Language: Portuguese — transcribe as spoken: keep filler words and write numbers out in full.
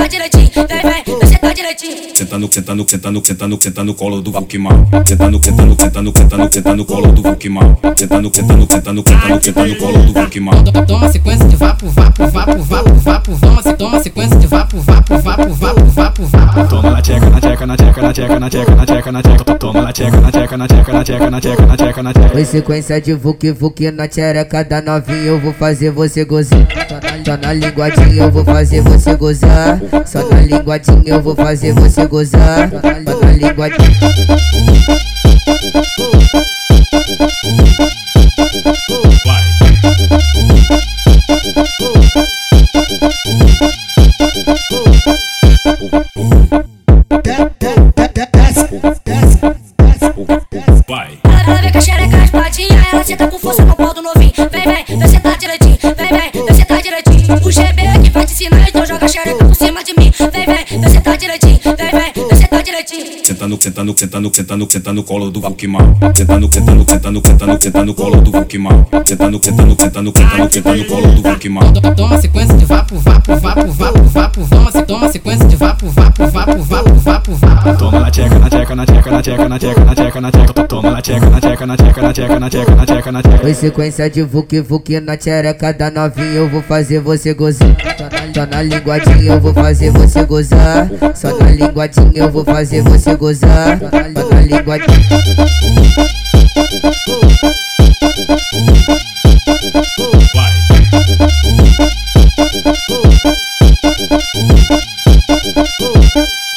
sentar direitinho, vem, vem, vai sentar direitinho. Senta no, senta no, senta no, senta no, senta no colo do Vulk mal. Senta no, senta no, senta no, senta no, senta no colo do Vulk mal. Senta no, senta no, senta no, senta no, senta no colo do Vulk mal. Toma sequência de vapo, vapo, vapo, vapo, vapo. Toma, se toma sequência de vapo, vapo, vapo, vapo, vapo, vapo. Toma na tcheca, na tcheca, na tcheca, na tcheca, na tcheca, na tcheca, na tcheca. Toma na tcheca, na tcheca, na tcheca, na tcheca, na tcheca, na tcheca, na tcheca. Foi sequência de Vulk, Vulk na tchereca da novinha, eu vou fazer você gozar. Só na linguadinha eu vou fazer você gozar. Só na linguadinha eu vou fazer você gozar. Só na linguadinha. Vai. Ela vem com a xereca espadinha, ela senta com força no pau do novinho. Vem, vem, vai sentar direitinho, vem, vem, vai sentar direitinho. O G B que vai te ensinar, então joga a xereca por cima de mim. Vem, vem, vai sentar direitinho, vem, vem, vai sentar direitinho. Senta no, senta no, senta no, senta no, senta no colo do Vulk mal. Senta no, senta no, senta no, senta no, senta no colo do Vulk mal. Senta no, senta no, senta no, senta no, senta no colo do Vulk mal. Toma sequência de vapo, vapo, vapo, vapo, vapo. Toma, se toma sequência de vapo, vapo, vapo, vapo, vapo, vapo. Toma na tcheca, na tcheca, na tcheca, na tcheca, na tcheca, na tcheca, na tcheca. Toma na tcheca, na tcheca, na tcheca, na tcheca, na tcheca, na tcheca, na tcheca. Foi sequência de Vulk, Vulk na tchereca da novinha, eu vou fazer você gozar. Só na linguadinha eu vou fazer você gozar. Só na linguadinha eu vou fazer você gozar. Só na linguadinha. Vai.